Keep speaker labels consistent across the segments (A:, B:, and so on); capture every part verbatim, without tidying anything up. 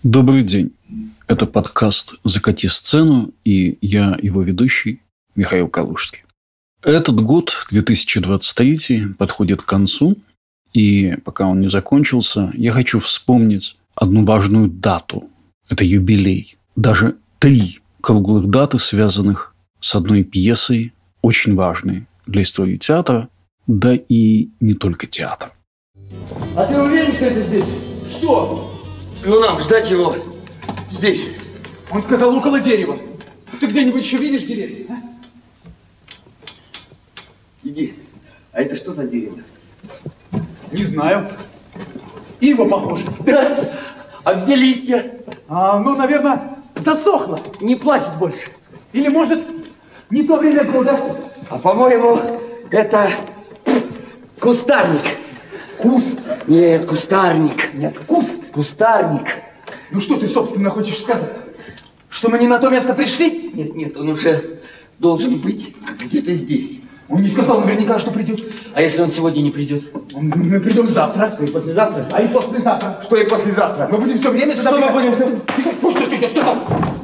A: Добрый день. Это подкаст «Закати сцену», и я, его ведущий, Михаил Калужский. Этот год, две тысячи двадцать третий, подходит к концу, и пока он не закончился, я хочу вспомнить одну важную дату. Это юбилей. Даже три круглых даты, связанных с одной пьесой, очень важной для истории театра, да и не только театра.
B: А ты уверен, что это здесь? Что?
C: Ну, нам ждать его здесь.
B: Он сказал, около дерева. Ты где-нибудь еще видишь деревья? А?
C: Иди. А это что за дерево?
B: Не знаю. Ива, похоже.
C: Да. А где листья?
B: А, ну, наверное, засохло.
C: Не плачет больше.
B: Или, может, не то время года.
C: А, по-моему, это кустарник.
B: Куст?
C: Нет, кустарник.
B: Нет, куст.
C: Кустарник.
B: Ну, что ты, собственно, хочешь сказать? Что мы не на то место пришли?
C: Нет, нет, он уже должен быть где-то здесь.
B: Он не сказал наверняка, что придет.
C: А если он сегодня не придет?
B: Он, мы придем завтра.
C: Что, и послезавтра?
B: А и послезавтра.
C: Что и послезавтра?
B: Мы будем все время...
C: Что мы будем все...
B: Фу, что ты сказал?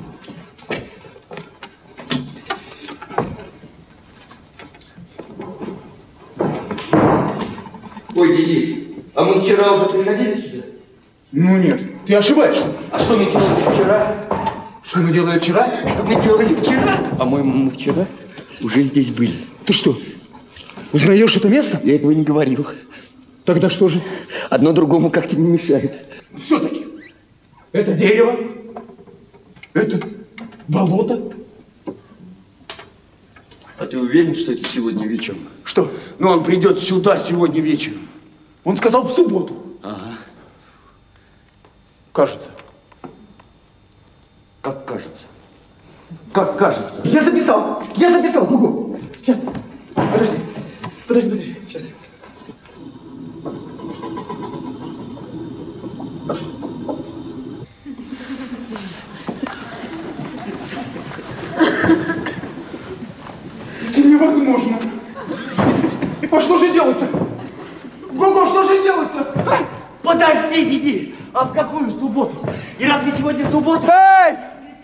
C: Ой, Диди, а мы вчера уже приходили сюда?
B: Ну нет, ты ошибаешься.
C: А что мы делали вчера?
B: Что мы делали вчера?
C: Что мы делали вчера? По-моему, мы вчера уже здесь были.
B: Ты что, узнаешь это место?
C: Я этого не говорил.
B: Тогда что же?
C: Одно другому как-то не мешает.
B: Все-таки, это дерево, это болото.
C: А ты уверен, что это сегодня вечером?
B: Что?
C: Ну, он придет сюда сегодня вечером.
B: Он сказал в субботу.
C: Ага.
B: Кажется.
C: Как кажется? Как кажется?
B: Я записал, я записал, Гугу. Сейчас, подожди, подожди, подожди, сейчас. Невозможно. А что же делать-то? Гугу, что же делать-то? А?
C: Подожди, Диди! А в какую субботу? И разве сегодня суббота?
B: Эй!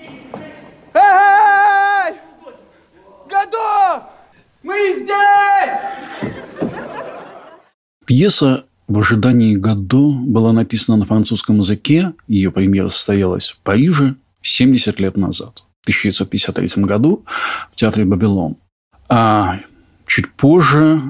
B: Эй! Годо! Мы здесь!
A: Пьеса «В ожидании Годо» была написана на французском языке. Ее премьера состоялась в Париже семьдесят лет назад, в тысяча девятьсот пятьдесят третьем году, в театре «Вавилон». А чуть позже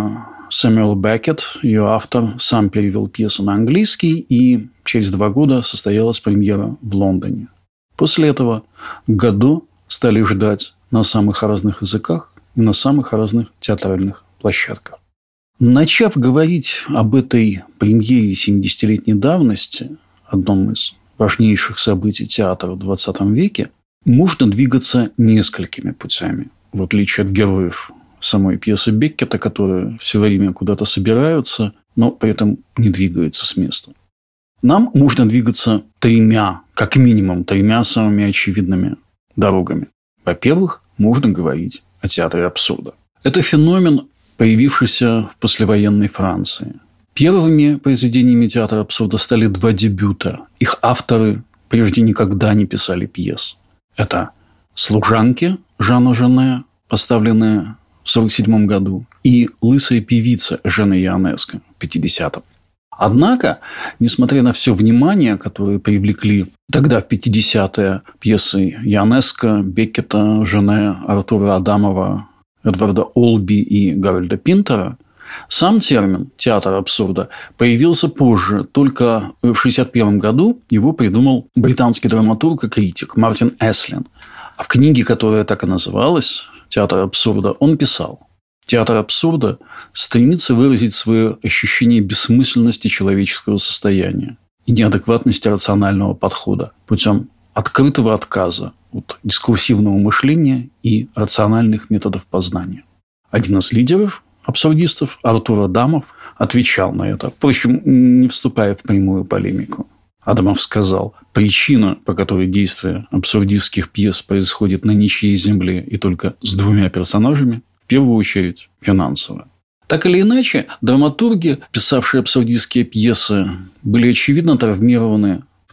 A: Сэмюэл Беккет, ее автор, сам перевел пьесу на английский, и через два года состоялась премьера в Лондоне. После этого Годо стали ждать на самых разных языках и на самых разных театральных площадках. Начав говорить об этой премьере семидесятилетней давности, одном из важнейших событий театра в двадцатом веке, можно двигаться несколькими путями, в отличие от героев самой пьесы Беккета, которые все время куда-то собираются, но при этом не двигаются с места. Нам можно двигаться тремя, как минимум тремя самыми очевидными дорогами. Во-первых, можно говорить о театре абсурда. Это феномен, появившийся в послевоенной Франции. Первыми произведениями театра абсурда стали два дебюта. Их авторы прежде никогда не писали пьес. Это «Служанки» Жана Жене, поставленные в сорок седьмом году, и «Лысая певица» Жена Ионеско в пятидесятом. Однако, несмотря на все внимание, которое привлекли тогда в пятидесятые пьесы Ионеско, Беккета, Жене, Артура Адамова, Эдварда Олби и Гарольда Пинтера, сам термин «театр абсурда» появился позже. Только в шестьдесят первом году его придумал британский драматург и критик Мартин Эслин. А в книге, которая так и называлась «Театр абсурда», он писал: «Театр абсурда стремится выразить свое ощущение бессмысленности человеческого состояния и неадекватности рационального подхода путем открытого отказа от дискурсивного мышления и рациональных методов познания». Один из лидеров абсурдистов, Артур Адамов, отвечал на это, впрочем, не вступая в прямую полемику. Адамов сказал: причина, по которой действие абсурдистских пьес происходит на ничьей земле и только с двумя персонажами, в первую очередь финансовая. Так или иначе, драматурги, писавшие абсурдистские пьесы, были очевидно травмированы в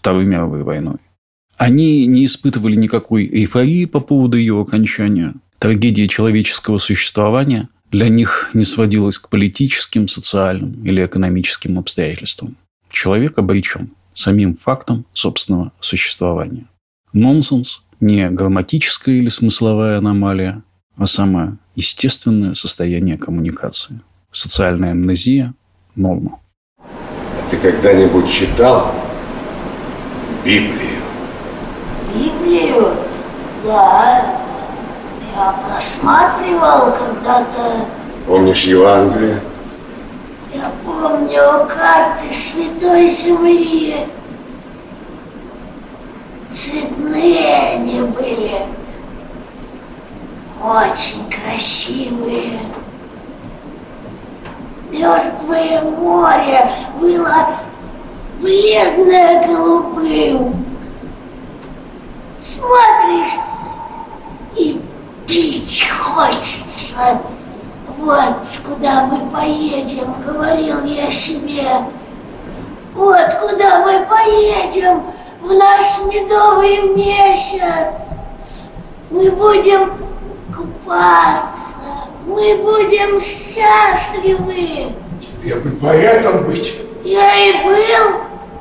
A: Второй мировой войной. Они не испытывали никакой эйфории по поводу ее окончания. Трагедия человеческого существования для них не сводилась к политическим, социальным или экономическим обстоятельствам. Человек обречен самим фактом собственного существования. Нонсенс – не грамматическая или смысловая аномалия, а самое естественное состояние коммуникации. Социальная амнезия – норма.
D: А ты когда-нибудь читал Библию?
E: Библию? Да. Я просматривал когда-то.
D: Помнишь Евангелие?
E: Я помню карты Святой Земли. Цветные они были. Очень красивые. Мертвое море было бледное голубым. Смотришь, и пить хочется. Вот куда мы поедем, говорил я себе. Вот куда мы поедем в наш медовый месяц. Мы будем купаться, мы будем счастливы.
B: Тебе бы поэтом быть.
E: Я и был.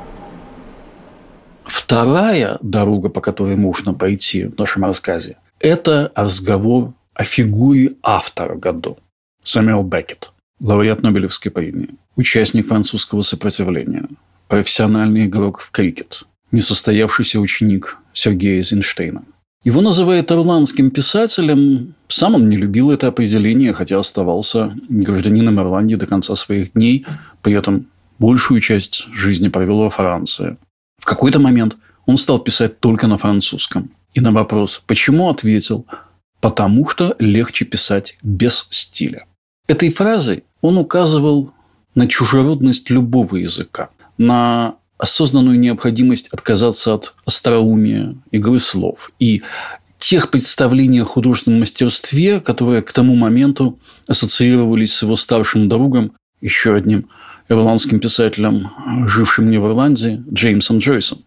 A: Вторая дорога, по которой можно пойти в нашем рассказе, это разговор о фигуре автора Годо. Сэмюэл Беккет, лауреат Нобелевской премии, участник французского сопротивления, профессиональный игрок в крикет, несостоявшийся ученик Сергея Эйзенштейна. Его называют ирландским писателем. Сам он не любил это определение, хотя оставался гражданином Ирландии до конца своих дней. При этом большую часть жизни провел во Франции. В какой-то момент он стал писать только на французском. И на вопрос «почему?» ответил «потому что легче писать без стиля». Этой фразой он указывал на чужеродность любого языка, на осознанную необходимость отказаться от остроумия, игры слов и тех представлений о художественном мастерстве, которые к тому моменту ассоциировались с его старшим другом, еще одним ирландским писателем, жившим не в Ирландии, Джеймсом Джойсом.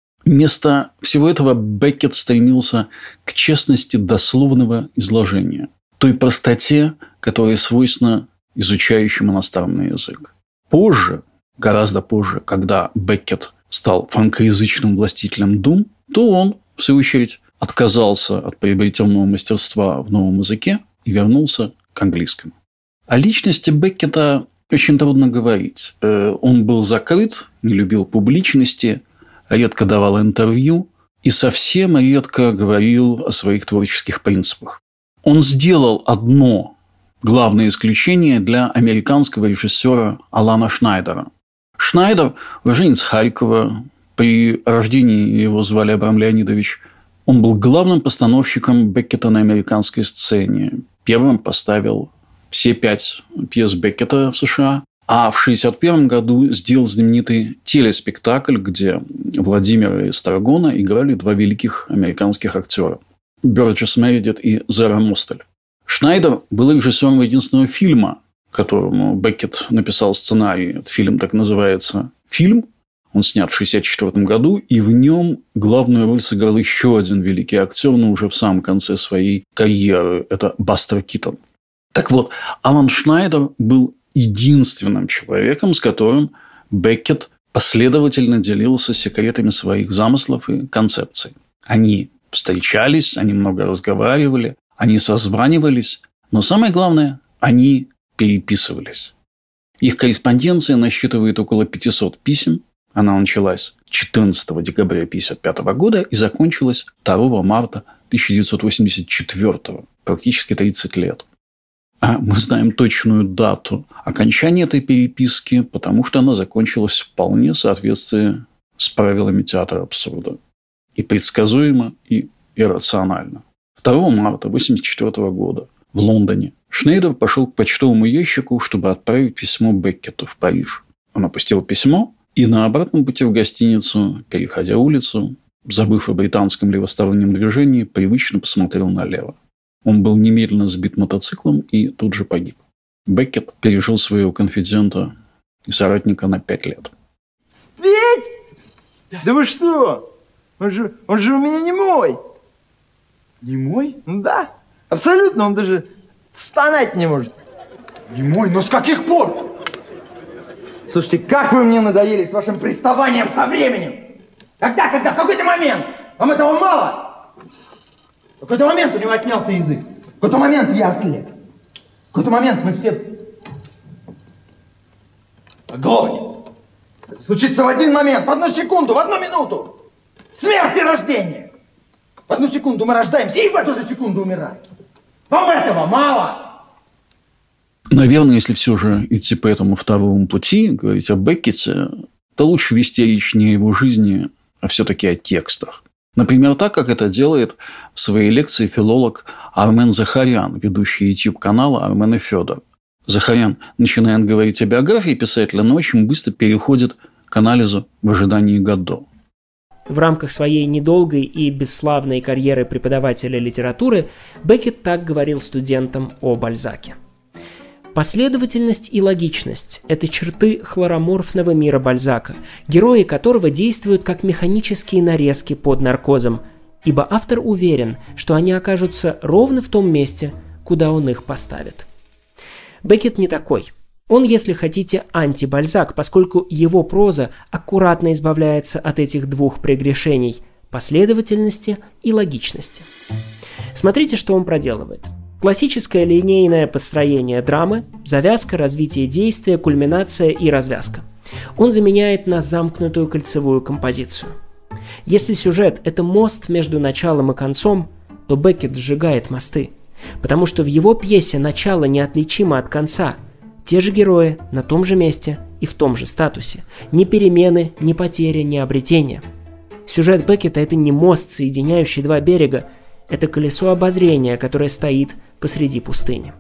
A: Вместо всего этого Беккет стремился к честности дословного изложения, той простоте, которая свойственна изучающим иностранный язык. Позже, гораздо позже, когда Беккет стал франкоязычным властителем дум, то он, в свою очередь, отказался от приобретенного мастерства в новом языке и вернулся к английскому. О личности Беккета очень трудно говорить. Он был закрыт, не любил публичности, редко давал интервью и совсем редко говорил о своих творческих принципах. Он сделал одно главное исключение для американского режиссера Алана Шнайдера. Шнайдер – уроженец Харькова. При рождении его звали Абрам Леонидович. Он был главным постановщиком Беккета на американской сцене. Первым поставил все пять пьес Беккета в США. А в шестьдесят первом году сделал знаменитый телеспектакль, где Владимир и Страгона играли два великих американских актера – Бёрджес Мередит и Зера Мостель. Шнайдер был режиссером единственного фильма, которому Беккет написал сценарий. Этот фильм так называется «Фильм». Он снят в шестьдесят четвёртом году, и в нем главную роль сыграл еще один великий актер, но уже в самом конце своей карьеры. Это Бастер Китон. Так вот, Алан Шнайдер был единственным человеком, с которым Беккет последовательно делился секретами своих замыслов и концепций. Они встречались, они много разговаривали, они созванивались, но самое главное, они переписывались. Их корреспонденция насчитывает около пятисот писем. Она началась четырнадцатого декабря тысяча девятьсот пятьдесят пятого года и закончилась второго марта тысяча девятьсот восемьдесят четвёртого, практически тридцать лет. А мы знаем точную дату окончания этой переписки, потому что она закончилась вполне в соответствии с правилами театра абсурда. И предсказуемо, и иррационально. второго марта тысяча девятьсот восемьдесят четвёртого года в Лондоне Шнайдер пошел к почтовому ящику, чтобы отправить письмо Беккету в Париж. Он опустил письмо и на обратном пути в гостиницу, переходя улицу, забыв о британском левостороннем движении, привычно посмотрел налево. Он был немедленно сбит мотоциклом и тут же погиб. Беккет пережил своего конфидента и соратника на пять лет.
C: Спеть? Да. Да вы что? Он же, он же у меня немой.
B: Немой?
C: Да, абсолютно. Он даже стонать не может.
B: Немой? Но с каких пор?
C: Слушайте, как вы мне надоели с вашим приставанием со временем? Когда, когда, в какой-то момент? Вам этого мало? В какой-то момент у него отнялся язык. В какой-то момент я ослеп. В какой-то момент мы все оглохнем. Это случится в один момент, в одну секунду, в одну минуту. Смерть и рождение. В одну секунду мы рождаемся и в эту же секунду умираем. Вам этого мало?
A: Наверное, если все же идти по этому второму пути, говорить о Беккете, то лучше вести речь не о его жизни, а все-таки о текстах. Например, так, как это делает в своей лекции филолог Армен Захарян, ведущий YouTube-канала «Армен и Федор». Захарян начинает говорить о биографии писателя, но очень быстро переходит к анализу в ожидании Годо.
F: В рамках своей недолгой и бесславной карьеры преподавателя литературы Беккет так говорил студентам о Бальзаке. Последовательность и логичность – это черты хлороморфного мира Бальзака, герои которого действуют как механические нарезки под наркозом, ибо автор уверен, что они окажутся ровно в том месте, куда он их поставит. Беккет не такой. Он, если хотите, анти-Бальзак, поскольку его проза аккуратно избавляется от этих двух прегрешений – последовательности и логичности. Смотрите, что он проделывает. Классическое линейное построение драмы, завязка, развитие действия, кульминация и развязка. Он заменяет на замкнутую кольцевую композицию. Если сюжет – это мост между началом и концом, то Беккет сжигает мосты, потому что в его пьесе начало неотличимо от конца. Те же герои на том же месте и в том же статусе. Ни перемены, ни потери, ни обретения. Сюжет Беккета – это не мост, соединяющий два берега, это колесо обозрения, которое стоит посреди пустыни.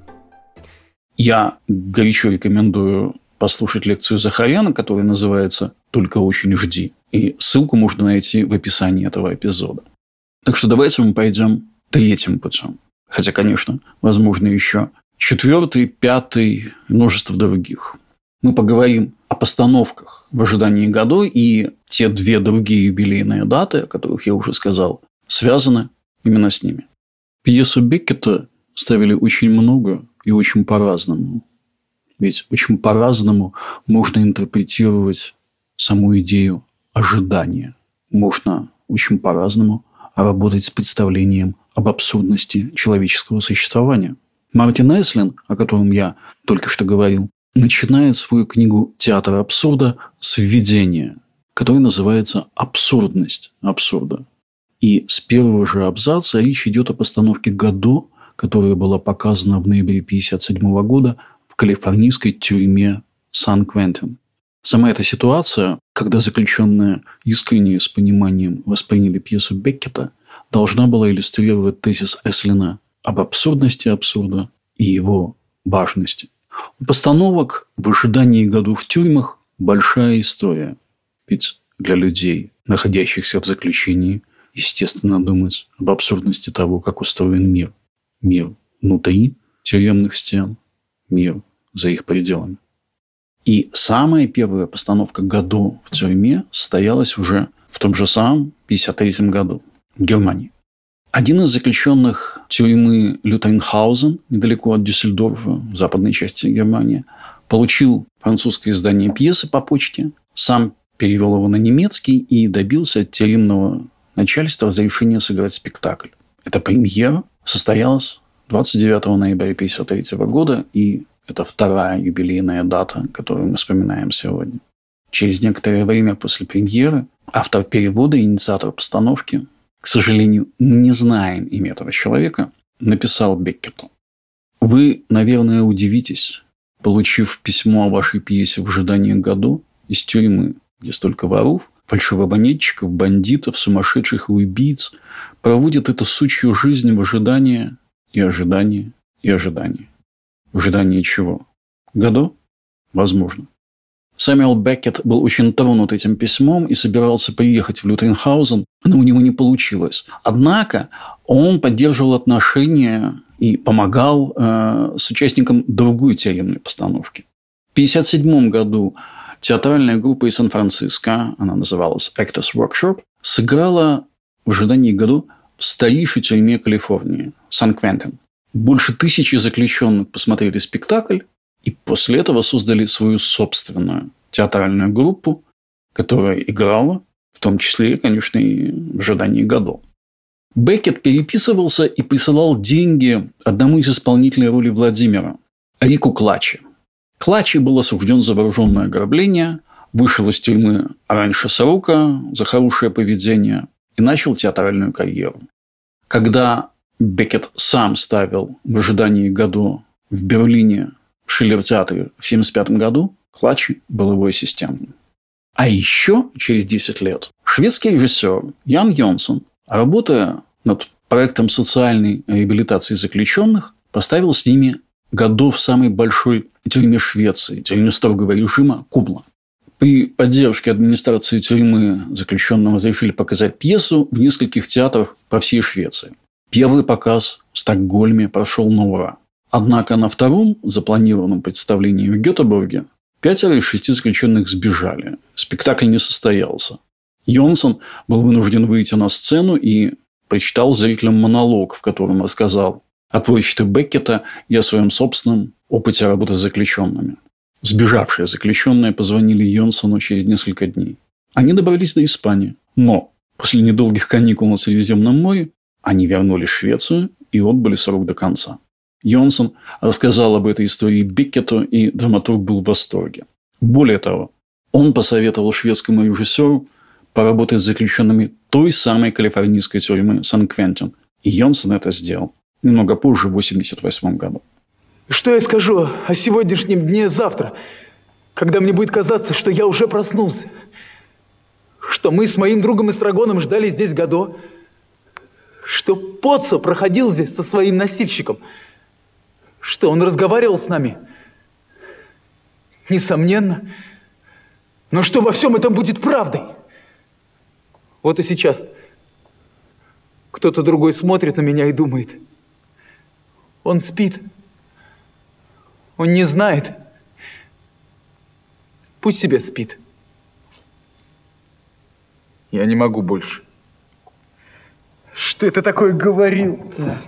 A: Я горячо рекомендую послушать лекцию Захаряна, которая называется «Только очень жди». И ссылку можно найти в описании этого эпизода. Так что давайте мы пойдем третьим путем. Хотя, конечно, возможно, еще четвертый, пятый, множество других. Мы поговорим о постановках в ожидании Годо, и те две другие юбилейные даты, о которых я уже сказал, связаны именно с ними. Пьесу Беккета ставили очень много и очень по-разному. Ведь очень по-разному можно интерпретировать саму идею ожидания. Можно очень по-разному работать с представлением об абсурдности человеческого существования. Мартин Эслин, о котором я только что говорил, начинает свою книгу «Театр абсурда» с введения, которое называется «Абсурдность абсурда». И с первого же абзаца речь идет о постановке Годо, которая была показана в ноябре тысяча девятьсот пятьдесят седьмого года в калифорнийской тюрьме Сан-Квентин. Сама эта ситуация, когда заключенные искренне с пониманием восприняли пьесу Беккета, должна была иллюстрировать тезис Эслина об абсурдности абсурда и его важности. У постановок в ожидании Годо в тюрьмах большая история. Ведь для людей, находящихся в заключении, естественно, думать об абсурдности того, как устроен мир. Мир внутри тюремных стен, мир за их пределами. И самая первая постановка Годо в тюрьме состоялась уже в том же самом тысяча девятьсот пятьдесят третьем году в Германии. Один из заключенных тюрьмы Лютернхаузен, недалеко от Дюссельдорфа, в западной части Германии, получил французское издание пьесы по почте, сам перевел его на немецкий и добился от тюремного начальства разрешения сыграть спектакль. Эта премьера состоялась двадцать девятого ноября тысяча девятьсот пятьдесят третьего года, и это вторая юбилейная дата, которую мы вспоминаем сегодня. Через некоторое время после премьеры автор перевода и инициатор постановки, к сожалению, мы не знаем имя этого человека, написал Беккету: «Вы, наверное, удивитесь, получив письмо о вашей пьесе в ожидании Годо из тюрьмы, где столько воров, фальшивомонетчиков, бандитов, сумасшедших и убийц проводят эту сучью жизнь в ожидании и ожидании и ожидании». В ожидании чего? Годо? Возможно. Сэмюэл Беккет был очень тронут этим письмом и собирался приехать в Лютернхаузен, но у него не получилось. Однако он поддерживал отношения и помогал э, с участником другой тюремной постановки. В тысяча девятьсот пятьдесят седьмом году театральная группа из Сан-Франциско, она называлась Actors Workshop, сыграла в ожидании Годо в старейшей тюрьме Калифорнии, Сан-Квентин. Больше тысячи заключенных посмотрели спектакль и после этого создали свою собственную театральную группу, которая играла, в том числе, конечно, и в ожидании Годо. Беккет переписывался и присылал деньги одному из исполнителей роли Владимира, Рику Клачи. Клачи был осужден за вооруженное ограбление, вышел из тюрьмы раньше срока за хорошее поведение и начал театральную карьеру. Когда Беккет сам ставил в ожидании Годо в Берлине в Шиллер-театре в семьдесят пятом году, Клачи был его ассистентом. А еще через десять лет шведский режиссер Ян Йонсон, работая над проектом социальной реабилитации заключенных, поставил с ними Годо в самой большой тюрьме Швеции, тюрьме строгого режима Кумла. При поддержке администрации тюрьмы заключенным разрешили показать пьесу в нескольких театрах по всей Швеции. Первый показ в Стокгольме прошел на ура. Однако на втором запланированном представлении в Гетеборге пятеро из шести заключенных сбежали. Спектакль не состоялся. Йонсон был вынужден выйти на сцену и прочитал зрителям монолог, в котором рассказал о творчестве Беккета и о своем собственном опыте работы с заключенными. Сбежавшие заключенные позвонили Йонсону через несколько дней. Они добрались до Испании, но после недолгих каникул на Средиземном море они вернулись в Швецию и отбыли срок до конца. Йонсон рассказал об этой истории Беккету, и драматург был в восторге. Более того, он посоветовал шведскому режиссеру поработать с заключенными той самой калифорнийской тюрьмы Сан-Квентин. И Йонсон это сделал немного позже, в восемьдесят восьмом году.
B: Что я скажу о сегодняшнем дне завтра, когда мне будет казаться, что я уже проснулся? Что мы с моим другом Эстрагоном ждали здесь Годо? Что Поццо проходил здесь со своим носильщиком? Что он разговаривал с нами? Несомненно. Но что во всем этом будет правдой? Вот и сейчас кто-то другой смотрит на меня и думает: он спит. Он не знает. Пусть себе спит. Я не могу больше. Что это такое говорил?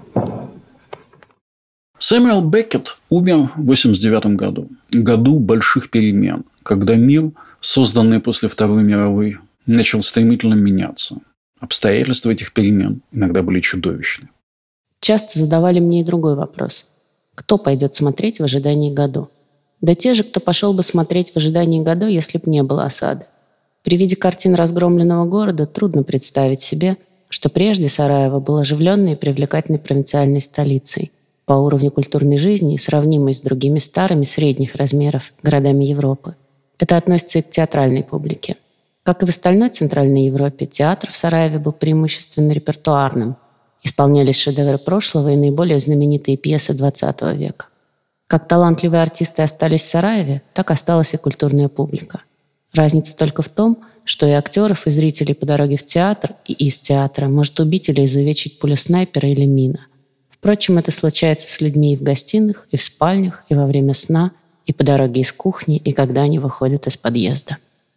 A: Сэмюэл Беккет умер в восемьдесят девятом году. Году больших перемен, когда мир, созданный после Второй мировой, начал стремительно меняться. Обстоятельства этих перемен иногда были чудовищны.
G: Часто задавали мне и другой вопрос. Кто пойдет смотреть в ожидании Годо? Да те же, кто пошел бы смотреть в ожидании Годо, если б не было осады. При виде картин разгромленного города трудно представить себе, что прежде Сараево был оживленной и привлекательной провинциальной столицей, по уровню культурной жизни сравнимой с другими старыми средних размеров городами Европы. Это относится и к театральной публике. Как и в остальной Центральной Европе, театр в Сараеве был преимущественно репертуарным. Исполнялись шедевры прошлого и наиболее знаменитые пьесы двадцатого века. Как талантливые артисты остались в Сараеве, так осталась и культурная публика. Разница только в том, что и актеров, и зрителей по дороге в театр и из театра может убить или изувечить пуля снайпера или мина. Впрочем, это случается с людьми и в гостиных, и в спальнях, и во время сна, и по дороге из кухни, и когда они выходят из подъезда.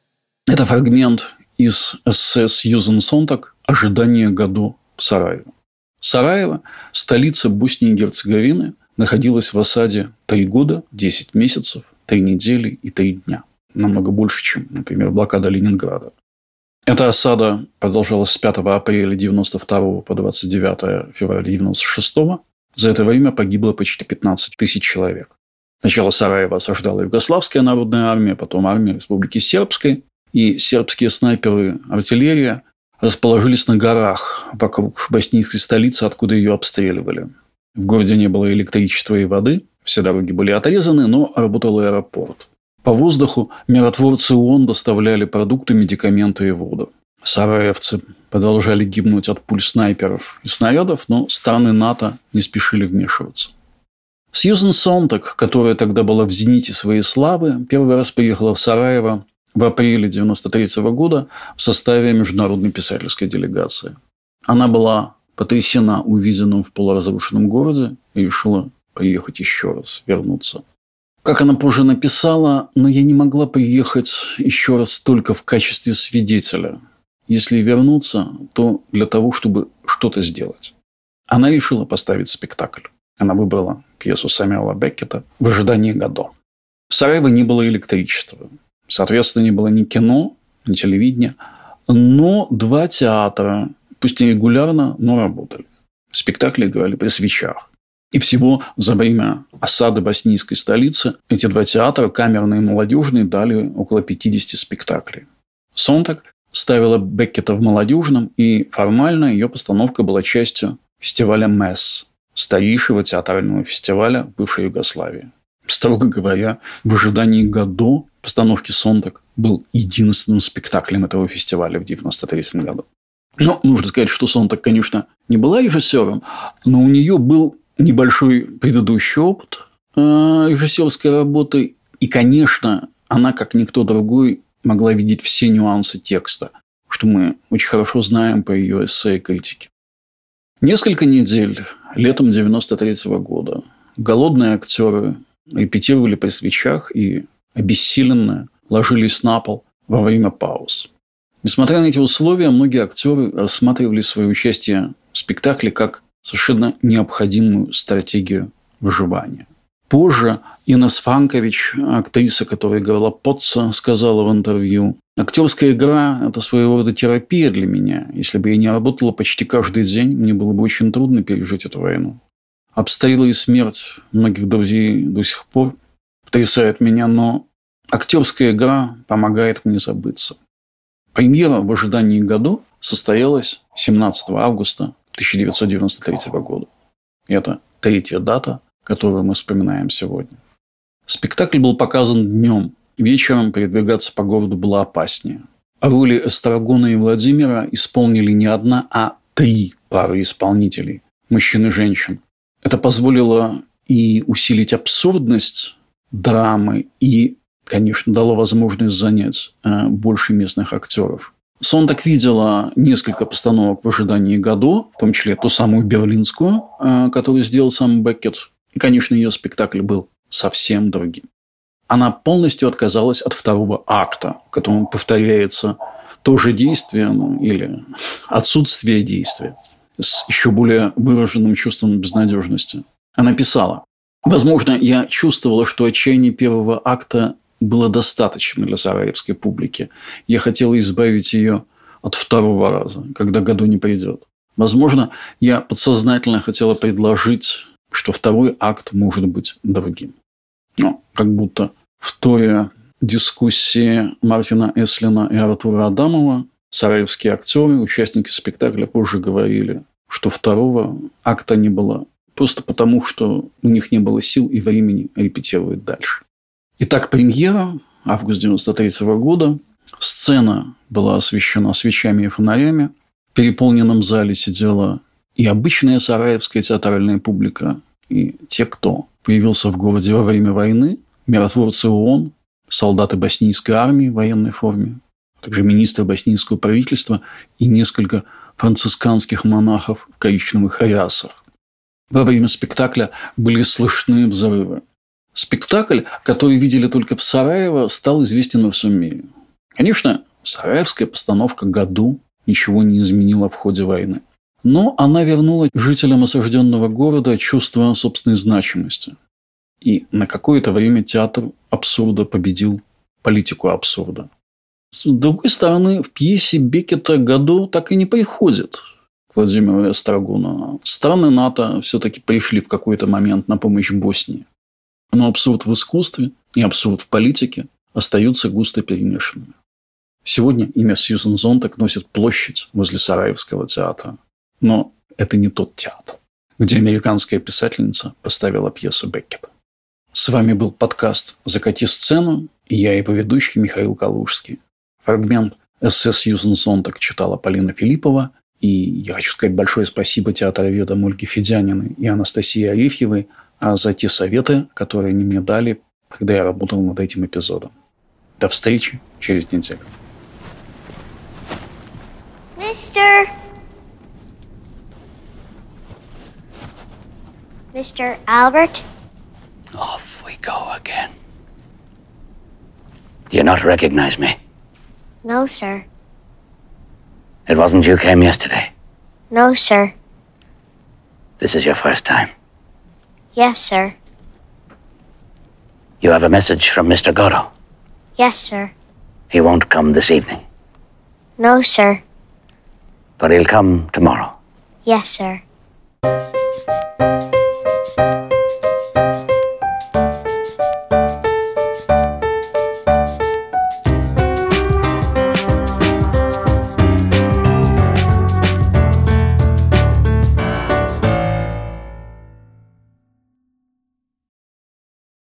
A: Это фрагмент из эссе Сьюзен Сонтак «Ожидание Годо в Сараево». Сараево, столица Боснии и Герцеговины, находилась в осаде три года, десять месяцев, три недели и три дня. Намного больше, чем, например, блокада Ленинграда. Эта осада продолжалась с пятого апреля девяносто второго по двадцать девятое февраля девяносто шестого. За это время погибло почти пятнадцать тысяч человек. Сначала Сараево осаждала Югославская народная армия, потом армия Республики Сербской. И сербские снайперы, артиллерия расположились на горах вокруг боснийской столицы, откуда ее обстреливали. В городе не было электричества и воды, все дороги были отрезаны, но работал аэропорт. По воздуху миротворцы ООН доставляли продукты, медикаменты и воду. Сараевцы продолжали гибнуть от пуль снайперов и снарядов, но страны НАТО не спешили вмешиваться. Сьюзен Сонтак, которая тогда была в зените своей славы, первый раз приехала в Сараево в апреле девяносто третьего года в составе международной писательской делегации. Она была потрясена увиденным в полуразрушенном городе и решила приехать еще раз, вернуться. Как она позже написала, но я не могла приехать еще раз только в качестве свидетеля. Если вернуться, то для того, чтобы что-то сделать. Она решила поставить спектакль. Она выбрала пьесу Сэмюэла Беккета «В ожидании Годо». В Сараево не было электричества. Соответственно, не было ни кино, ни телевидения. Но два театра, пусть и регулярно, но работали. Спектакли играли при свечах. И всего за время осады боснийской столицы эти два театра, камерный и молодежный, дали около пятидесяти спектаклей. Сонтак ставила Беккета в молодежном, и формально ее постановка была частью фестиваля МЭС, старейшего театрального фестиваля в бывшей Югославии. Строго говоря, «В ожидании Годо» постановки Сонтак был единственным спектаклем этого фестиваля в девяносто третьем году. Но нужно сказать, что Сонтак, конечно, не была режиссером, но у нее был небольшой предыдущий опыт режиссерской работы. И, конечно, она, как никто другой, могла видеть все нюансы текста, что мы очень хорошо знаем по ее эссе и критике. Несколько недель летом девяносто третьего года голодные актеры репетировали при свечах и, обессиленные, ложились на пол во время пауз. Несмотря на эти условия, многие актеры рассматривали свое участие в спектакле как совершенно необходимую стратегию выживания. Позже Инес Франкович, актриса, которая играла Потца, сказала в интервью: «Актерская игра – это своего рода терапия для меня. Если бы я не работала почти каждый день, мне было бы очень трудно пережить эту войну. Обстрелы и смерть многих друзей до сих пор потрясают меня, но актерская игра помогает мне забыться». Премьера «В ожидании Годо» состоялась семнадцатого августа тысяча девятьсот девяносто третьего года. Это третья дата, которую мы вспоминаем сегодня. Спектакль был показан днем. Вечером передвигаться по городу было опаснее. Роли Эстрагона и Владимира исполнили не одна, а три пары исполнителей – мужчин и женщин. Это позволило и усилить абсурдность драмы, и, конечно, дало возможность занять больше местных актеров. Сонтак видела несколько постановок «В ожидании Годо», в том числе ту самую берлинскую, которую сделал сам Беккет. И, конечно, ее спектакль был совсем другим. Она полностью отказалась от второго акта, в котором повторяется то же действие, ну, или отсутствие действия, с еще более выраженным чувством безнадежности. Она писала: «Возможно, я чувствовала, что отчаяние первого акта было достаточно для сараевской публики. Я хотела избавить ее от второго раза, когда Годо не придет. Возможно, я подсознательно хотела предложить, что второй акт может быть другим». Но как будто вторя дискуссии Мартина Эслина и Артура Адамова, сараевские актеры, участники спектакля, позже говорили, что второго акта не было просто потому, что у них не было сил и времени репетировать дальше. Итак, премьера, август девяносто третьего года. Сцена была освещена свечами и фонарями. В переполненном зале сидела и обычная сараевская театральная публика, и те, кто появился в городе во время войны, миротворцы ООН, солдаты боснийской армии в военной форме, также министры боснийского правительства и несколько францисканских монахов в коричневых рясах. Во время спектакля были слышны взрывы. Спектакль, который видели только в Сараево, стал известен во всем мире. Конечно, сараевская постановка «Годо» ничего не изменила в ходе войны. Но она вернула жителям осажденного города чувство собственной значимости. И на какое-то время театр абсурда победил политику абсурда. С другой стороны, в пьесе Беккета «Годо» так и не приходит к Владимиру Эстрагону. Страны НАТО все-таки пришли в какой-то момент на помощь Боснии. Но абсурд в искусстве и абсурд в политике остаются густо перемешанными. Сегодня имя Сьюзен Сонтак носит площадь возле Сараевского театра. Но это не тот театр, где американская писательница поставила пьесу Беккета. С вами был подкаст «Закати сцену», и я его ведущий Михаил Калужский. Фрагмент эссе Сьюзен Сонтак читала Полина Филиппова. И я хочу сказать большое спасибо театроведам Ольге Федяниной и Анастасии Арефьевой за те советы, которые они мне дали, когда я работал над этим эпизодом. До встречи через неделю.
H: Mister Mister Albert?
I: Off we go again. not recognize me?
H: No, sir.
I: It wasn't you came yesterday.
H: No, sir.
I: This is your first time.
H: Yes, sir.
I: You have a message from Mister Goto.
H: Yes, sir.
I: He won't come this evening,
H: No, sir.
I: but he'll come tomorrow.
H: Yes, sir.